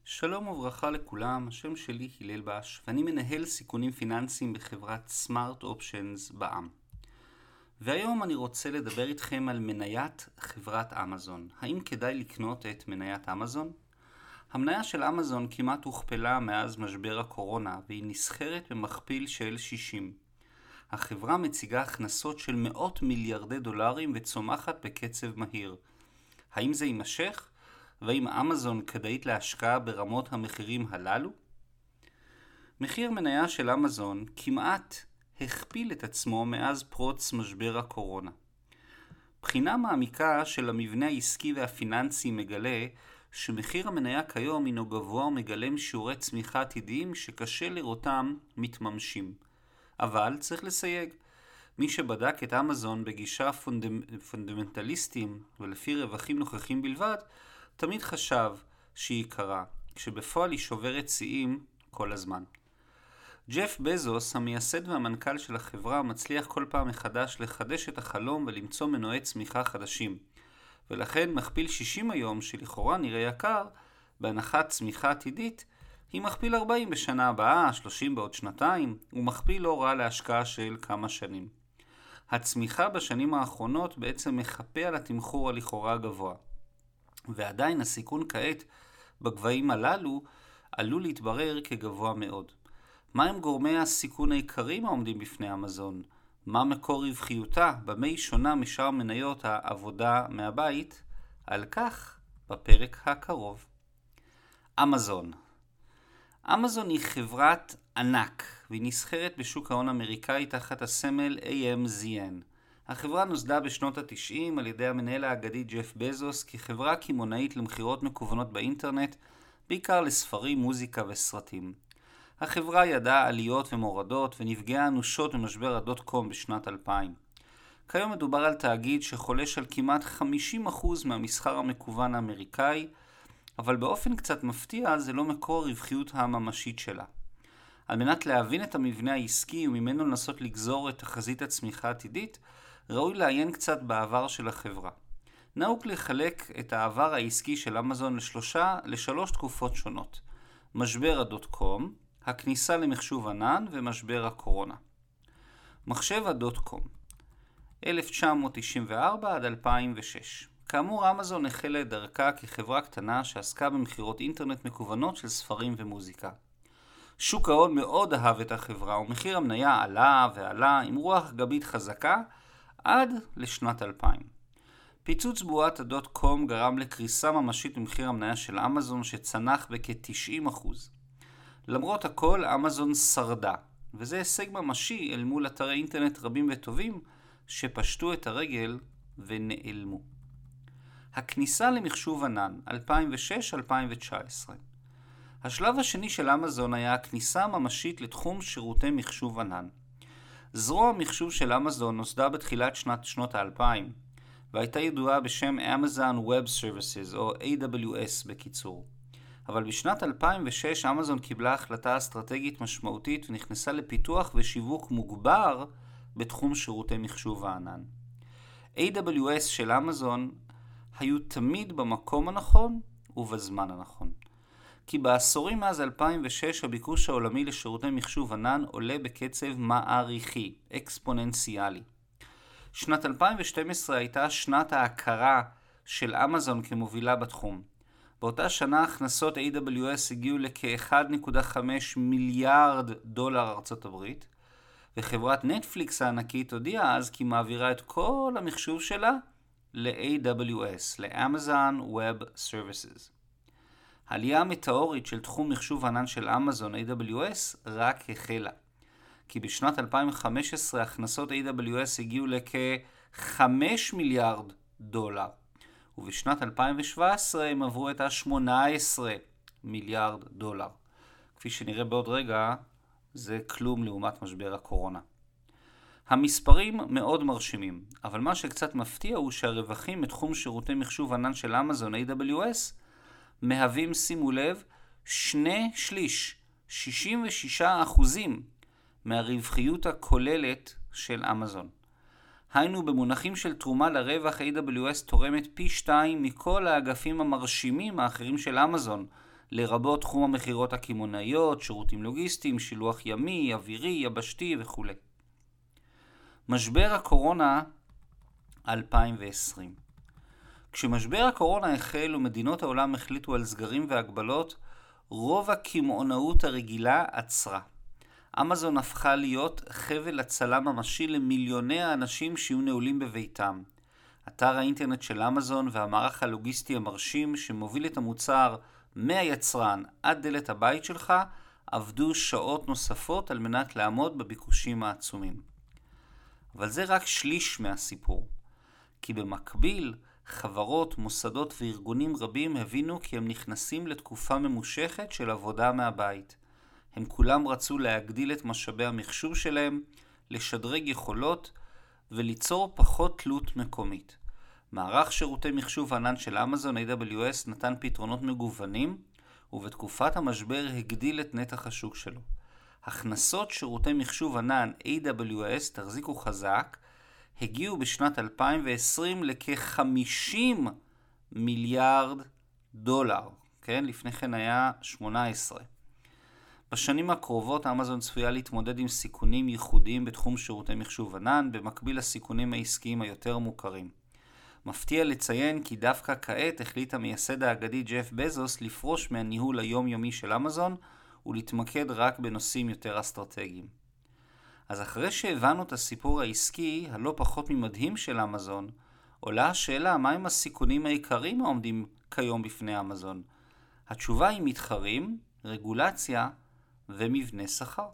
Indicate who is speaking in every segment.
Speaker 1: שלום וברכה לכולם, השם שלי הלל בש ואני מנהל סיכונים פיננסיים בחברת סמארט אופשנס בע"מ. והיום אני רוצה לדבר איתכם על מניית חברת אמזון. האם כדאי לקנות את מניית אמזון? המניה של אמזון כמעט הוכפלה מאז משבר הקורונה והיא נסחרת במכפיל של 60. החברה מציגה הכנסות של מאות מיליארדי דולרים וצומחת בקצב מהיר. האם זה יימשך? והאם אמזון כדאית להשקעה ברמות המחירים הללו? מחיר מניה של אמזון כמעט הכפיל את עצמו מאז פרוץ משבר הקורונה. בחינה מעמיקה של המבנה העסקי והפיננסי מגלה שמחיר המניה כיום הינו גבוה ומגלם שיעורי צמיחה עתידיים שקשה לראותם מתממשים. אבל צריך לסייג. מי שבדק את אמזון בגישה פונדמנטליסטים ולפי רווחים נוכחים בלבד, תמיד חשב שהיא יקרה, כשבפועל היא שוברת שיאים כל הזמן. ג'ף בזוס, המייסד והמנכ"ל של החברה, מצליח כל פעם מחדש לחדש את החלום ולמצוא מנועי צמיחה חדשים. ולכן מכפיל 60 היום, שלכאורה נראה יקר, בהנחת צמיחה עתידית, היא מכפיל 40 בשנה הבאה, 30 בעוד שנתיים, ומכפיל לא רע להשקעה של כמה שנים. הצמיחה בשנים האחרונות בעצם מחפה על התמחור הלכאורה גבוה. ועדיין הסיכון כעת בגבהים הללו עלול להתברר כגבוה מאוד. מהם גורמי הסיכון העיקריים העומדים בפני אמזון? מה מקור רווחיותה? במה היא שונה משאר מניות העבודה מהבית? על כך בפרק הקרוב. אמזון. אמזון היא חברת ענק והיא נסחרת בשוק ההון האמריקאי תחת הסמל AMZN. החברה נוסדה בשנות ה-90 על ידי המנהל האגדי ג'ף בזוס כחברה קמעונאית למכירות מקוונות באינטרנט, בעיקר לספרים, מוזיקה וסרטים. החברה ידעה עליות ומורדות ונפגעה אנושות במשבר הדוט-קום בשנת 2000. כיום מדובר על תאגיד שחולש על כמעט 50% מהמסחר המקוון האמריקאי, אבל באופן קצת מפתיע זה לא מקור הרווחיות הממשית שלה. על מנת להבין את המבנה העסקי וממנו לנסות לגזור את תחזית הצמיחה העתידית, ראוי לעיין קצת בעבר של החברה. נהוג לחלק את העבר העסקי של אמזון לשלוש תקופות שונות. משבר הדוט-קום, הכניסה למחשוב ענן ומשבר הקורונה. מחשב הדוט-קום 1994 עד 2006. כאמור, אמזון החלה את דרכה כחברה קטנה שעסקה במכירות אינטרנט מקוונות של ספרים ומוזיקה. שוק ההון מאוד אהב את החברה ומחיר המניה עלה ועלה עם רוח גבית חזקה עד לשנת 2000. פיצוץ בועת הדוט-קום גרם לקריסה ממשית במחיר המניה של אמזון שצנח בכ-90%. למרות הכל, אמזון שרדה, וזה הישג ממשי אל מול אתרי אינטרנט רבים וטובים שפשטו את הרגל ונעלמו. הכניסה למחשוב ענן 2006-2019. השלב השני של אמזון היה הכניסה הממשית לתחום שירותי מחשוב ענן. זרוע המחשוב של אמזון נוסדה בתחילת שנות ה-2000, והייתה ידועה בשם Amazon Web Services או AWS בקיצור. אבל בשנת 2006 אמזון קיבלה החלטה אסטרטגית משמעותית ונכנסה לפיתוח ושיווק מוגבר בתחום שירותי מחשוב הענן. AWS של אמזון היו תמיד במקום הנכון ובזמן הנכון. כי בעשורים מאז 2006 הביקוש העולמי לשירותי מחשוב ענן עולה בקצב מעריכי, אקספוננציאלי. שנת 2012 הייתה שנת ההכרה של אמזון כמובילה בתחום. באותה שנה הכנסות AWS הגיעו לכ-1.5 מיליארד דולר ארצות הברית, וחברת נטפליקס הענקית הודיעה אז כי מעבירה את כל המחשוב שלה ל-AWS, ל-Amazon Web Services. העלייה המטאורית של תחום מחשוב ענן של אמזון AWS רק החלה, כי בשנת 2015 הכנסות AWS הגיעו לכ-5 מיליארד דולר, ובשנת 2017 הם עברו את ה-18 מיליארד דולר. כפי שנראה בעוד רגע, זה כלום לעומת משבר הקורונה. המספרים מאוד מרשימים, אבל מה שקצת מפתיע הוא שהרווחים מתחום שירותי מחשוב ענן של אמזון AWS מהווים, שימו לב, 2/3, 66% מהרווחיות הכוללת של אמזון. היינו במונחים של תרומה לרווח, AWS תורמת פי 2 מכל האגפים המרשימים האחרים של אמזון, לרבות תחום המחירות הקמעונאיות, שירותים לוגיסטיים, שילוח ימי, אווירי, יבשתי וכו'. משבר הקורונה 2020. כשמשבר הקורונה החל ומדינות העולם החליטו על סגרים והגבלות, רוב הקמעונאות הרגילה עצרה. אמזון הפכה להיות חבל הצלה ממשי למיליוני האנשים שיהיו נעולים בביתם. אתר האינטרנט של אמזון והמערך הלוגיסטי המרשים שמוביל את המוצר מהיצרן עד דלת הבית שלך עבדו שעות נוספות על מנת לעמוד בביקושים העצומים. אבל זה רק שליש מהסיפור. כי במקביל, חברות, מוסדות וארגונים רבים הבינו כי הם נכנסים לתקופה ממושכת של עבודה מהבית. הם כולם רצו להגדיל את משאבי המחשוב שלהם, לשדרג יכולות וליצור פחות תלות מקומית. מערך שירותי מחשוב ענן של אמזון AWS נתן פתרונות מגוונים, ובתקופת המשבר הגדיל את נתח השוק שלו. הכנסות שירותי מחשוב ענן AWS, תחזיקו חזק, הגיעו בשנת 2020 לכ-50 מיליארד דולר. כן? לפני כן היה 18. בשנים הקרובות אמזון צפויה להתמודד עם סיכונים ייחודיים בתחום שירותי מחשוב ענן, במקביל לסיכונים העסקיים היותר מוכרים. מפתיע לציין כי דווקא כעת החליט המייסד האגדי ג'ף בזוס לפרוש מהניהול היומיומי של אמזון ולהתמקד רק בנושאים יותר אסטרטגיים. אז אחרי שהבנו את הסיפור העסקי הלא פחות ממדהים של אמזון, עולה השאלה מהם הסיכונים העיקריים העומדים כיום בפני אמזון. התשובה היא מתחרים, רגולציה ומבנה שכר.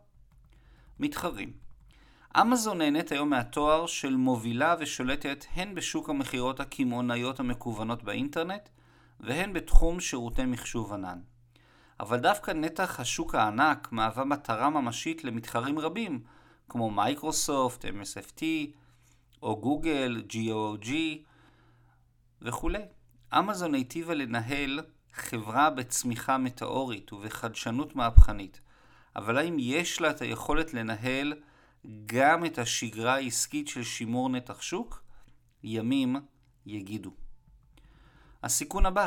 Speaker 1: מתחרים. אמזון נהנית היום מהתואר של מובילה ושולטת הן בשוק המחירות הקמעונאיות המקוונות באינטרנט והן בתחום שירותי מחשוב ענן. אבל דווקא נתח השוק הענק מהווה מטרה ממשית למתחרים רבים, כמו מייקרוסופט, MSFT, או גוגל, GOG וכו'. אמזון היטיבה לנהל חברה בצמיחה מטאורית ובחדשנות מהפכנית, אבל האם יש לה את היכולת לנהל גם את השגרה העסקית של שימור נתח שוק? ימים יגידו. הסיכון הבא,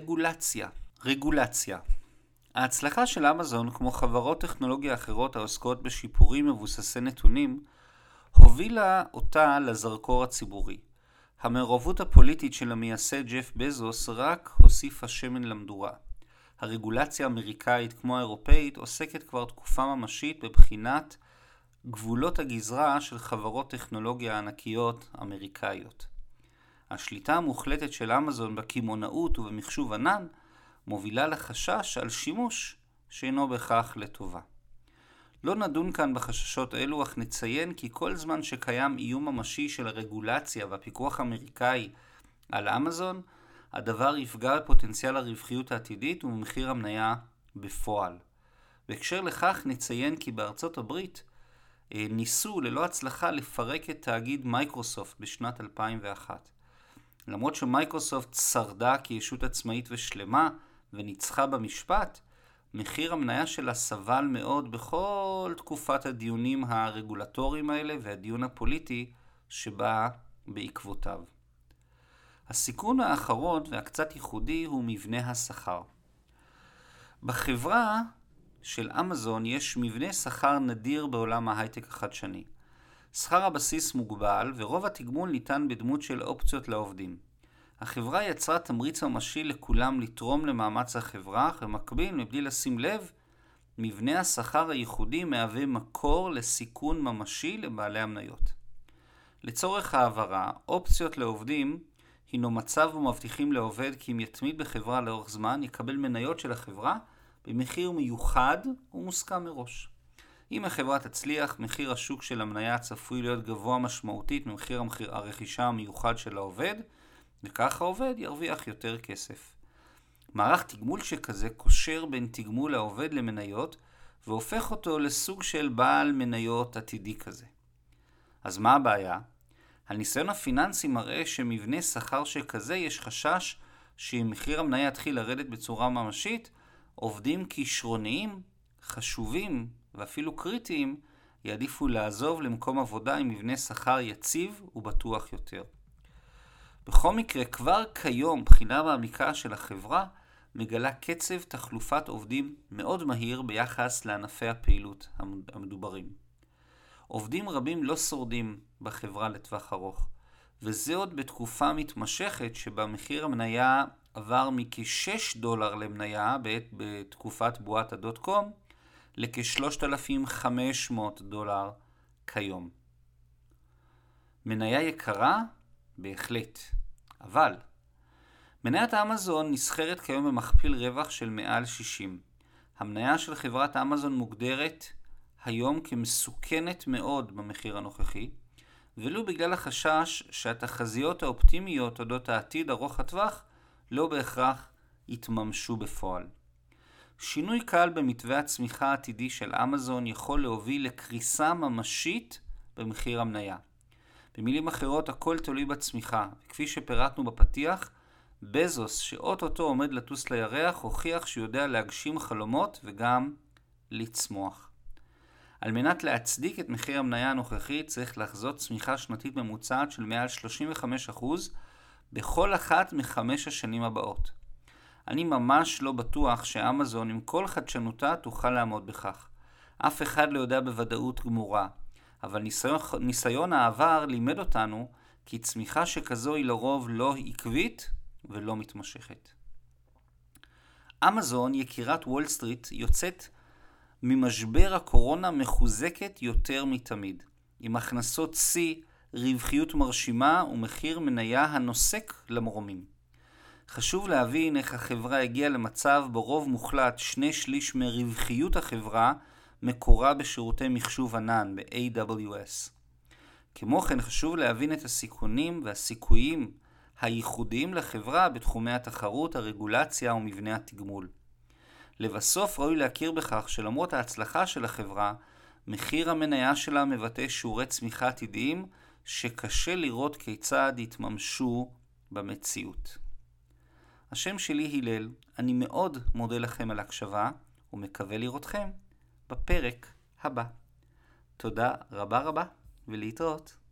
Speaker 1: רגולציה. ההצלחה של אמזון, כמו חברות טכנולוגיה אחרות העוסקות בשיפורים מבוססי נתונים, הובילה אותה לזרקור הציבורי. המעורבות הפוליטית של המייסד ג'ף בזוס רק הוסיפה שמן למדורה. הרגולציה האמריקאית כמו האירופאית עוסקת כבר תקופה ממשית בבחינת גבולות הגזרה של חברות טכנולוגיה ענקיות אמריקאיות. השליטה המוחלטת של אמזון בקמעונאות ובמחשוב ענן מובילה לחשש על שימוש שאינו בכך לטובה. לא נדון כאן בחששות אלו, אך נציין כי כל זמן שקיים איום ממשי של הרגולציה והפיקוח האמריקאי על אמזון, הדבר יפגע בפוטנציאל הרווחיות העתידית ובמחיר המניה בפועל. בהקשר לכך נציין כי בארצות הברית ניסו ללא הצלחה לפרק את תאגיד מייקרוסופט בשנת 2001. למרות שמייקרוסופט שרדה כישות עצמאית ושלמה וניצחה במשפט, מחיר המניה שלה סבל מאוד בכל תקופת הדיונים הרגולטוריים האלה והדיון הפוליטי שבא בעקבותיו. הסיכון האחרון והקצת ייחודי הוא מבנה השכר. בחברה של אמזון יש מבנה שכר נדיר בעולם ההייטק החדשני. שכר הבסיס מוגבל ורוב התגמול ניתן בדמות של אופציות לעובדים. החברה יצרה תמריץ ממשי לכולם לתרום למאמץ החברה, אך במקביל, מבלי לשים לב, מבנה השכר הייחודי מהווה מקור לסיכון ממשי לבעלי המניות. לצורך העברה, אופציות לעובדים הינו מצב ומבטיחים לעובד כי אם יתמיד בחברה לאורך זמן, יקבל מניות של החברה במחיר מיוחד ומוסכם מראש. אם החברה תצליח, מחיר השוק של המניה צפוי להיות גבוה משמעותית ממחיר הרכישה המיוחד של העובד, וכך העובד ירוויח יותר כסף. מערך תגמול שכזה קושר בין תגמול העובד למניות, והופך אותו לסוג של בעל מניות עתידי כזה. אז מה הבעיה? הניסיון הפיננסי מראה שמבנה שכר שכזה יש חשש שאם מחיר המניה יתחיל לרדת בצורה ממשית, עובדים כישרוניים, חשובים ואפילו קריטיים יעדיפו לעזוב למקום עבודה עם מבנה שכר יציב ובטוח יותר. בכל מקרה, כבר כיום בחינה מעמיקה של החברה מגלה קצב תחלופת עובדים מאוד מהיר ביחס לענפי הפעילות המדוברים. עובדים רבים לא שורדים בחברה לטווח ארוך, וזה עוד בתקופה מתמשכת שבה מחיר המניה עבר מכ$6 למניה בתקופת בועת הדוט-קום לכ$3,500 כיום. מניה יקרה? בהחלט. אבל מניית אמזון נסחרת כיום במכפיל רווח של מעל 60. המניה של חברת אמזון מוגדרת היום כמסוכנת מאוד במחיר הנוכחי, ולו בגלל החשש שהתחזיות האופטימיות אודות העתיד ארוך הטווח לא בהכרח יתממשו בפועל. שינוי קל במתווה הצמיחה העתידי של אמזון יכול להוביל לקריסה ממשית במחיר המניה. במילים אחרות, הכל תלוי בצמיחה, וכפי שפירטנו בפתיח, בזוס שאוטוטו עומד לטוס לירח הוכיח שהוא יודע להגשים חלומות וגם לצמוח. על מנת להצדיק את מחיר המניה הנוכחי צריך לחזות צמיחה שנתית ממוצעת של מעל 35% בכל אחת מ5 השנים הבאות. אני ממש לא בטוח שאמזון עם כל חדשנותה תוכל לעמוד בכך. אף אחד לא יודע בוודאות גמורה, אבל ניסיון העבר לימד אותנו כי צמיחה שכזו היא לרוב לא עקבית ולא מתמשכת. אמזון, יקירת וול סטריט, יוצאת ממשבר הקורונה מחוזקת יותר מתמיד, עם הכנסות שיא, רווחיות מרשימה ומחיר מניה הנוסק למרומים. חשוב להבין איך החברה הגיעה למצב בו רוב מוחלט 2/3 מרווחיות החברה מקורה בשירותי מחשוב ענן ב-AWS. כמו כן חשוב להבין את הסיכונים והסיכויים הייחודיים לחברה בתחומי התחרות, הרגולציה ומבנה התגמול. לבסוף ראוי להכיר בכך שלמרות ההצלחה של החברה, מחיר המניה שלה מבטא שיעורי צמיחה עתידיים שקשה לראות כיצד יתממשו במציאות. השם שלי הלל, אני מאוד מודה לכם על הקשבה ומקווה לראותכם בפרק הבא. תודה רבה ולהתראות.